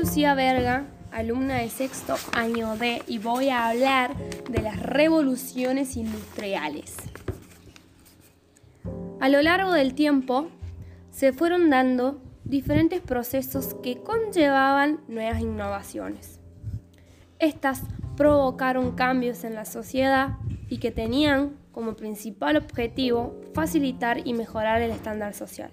Lucía Verga, alumna de sexto año D, y voy a hablar de las revoluciones industriales. A lo largo del tiempo se fueron dando diferentes procesos que conllevaban nuevas innovaciones. Estas provocaron cambios en la sociedad y que tenían como principal objetivo facilitar y mejorar el estándar social.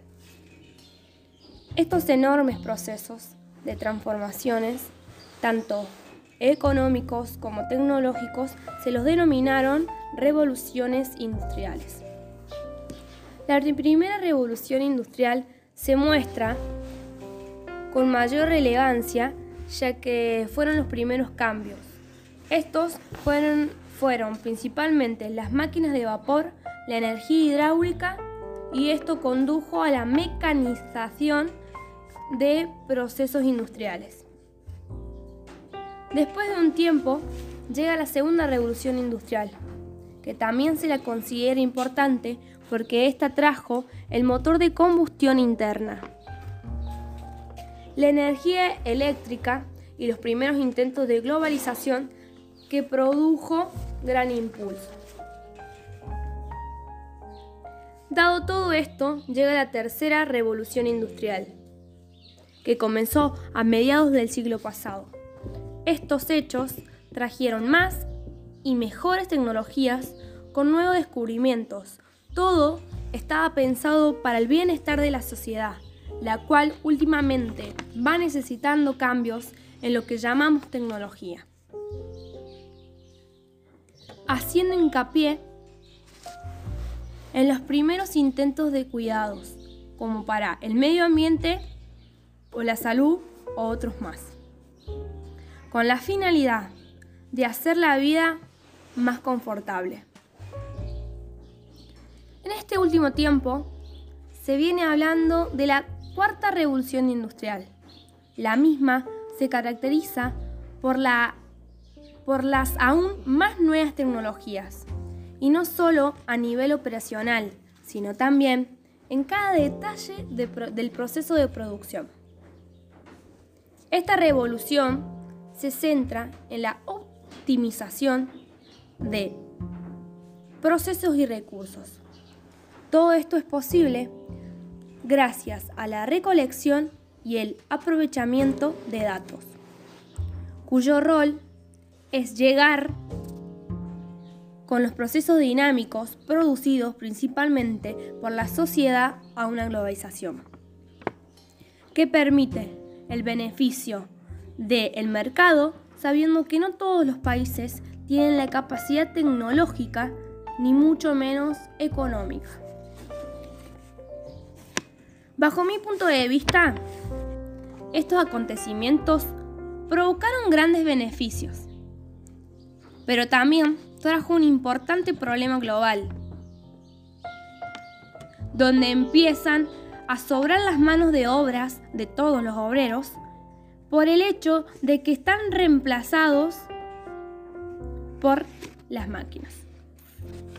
Estos enormes procesos de transformaciones, tanto económicos como tecnológicos, se los denominaron revoluciones industriales. La primera revolución industrial se muestra con mayor relevancia, ya que fueron los primeros cambios. Estos fueron principalmente las máquinas de vapor, la energía hidráulica, y esto condujo a la mecanización de procesos industriales. Después de un tiempo llega la segunda revolución industrial, que también se la considera importante porque esta trajo el motor de combustión interna, la energía eléctrica y los primeros intentos de globalización que produjo gran impulso. Dado todo esto, llega la tercera revolución industrial, que comenzó a mediados del siglo pasado. Estos hechos trajeron más y mejores tecnologías con nuevos descubrimientos. Todo estaba pensado para el bienestar de la sociedad, la cual últimamente va necesitando cambios en lo que llamamos tecnología. Haciendo hincapié en los primeros intentos de cuidados, como para el medio ambiente o la salud o otros más, con la finalidad de hacer la vida más confortable. En este último tiempo se viene hablando de la cuarta revolución industrial. La misma se caracteriza por las aún más nuevas tecnologías, y no solo a nivel operacional, sino también en cada detalle del proceso de producción. Esta revolución se centra en la optimización de procesos y recursos. Todo esto es posible gracias a la recolección y el aprovechamiento de datos, cuyo rol es llegar con los procesos dinámicos producidos principalmente por la sociedad a una globalización, que permite el beneficio del mercado, sabiendo que no todos los países tienen la capacidad tecnológica ni mucho menos económica. Bajo mi punto de vista, estos acontecimientos provocaron grandes beneficios, pero también trajo un importante problema global, donde empiezan a sobrar las manos de obras de todos los obreros por el hecho de que están reemplazados por las máquinas.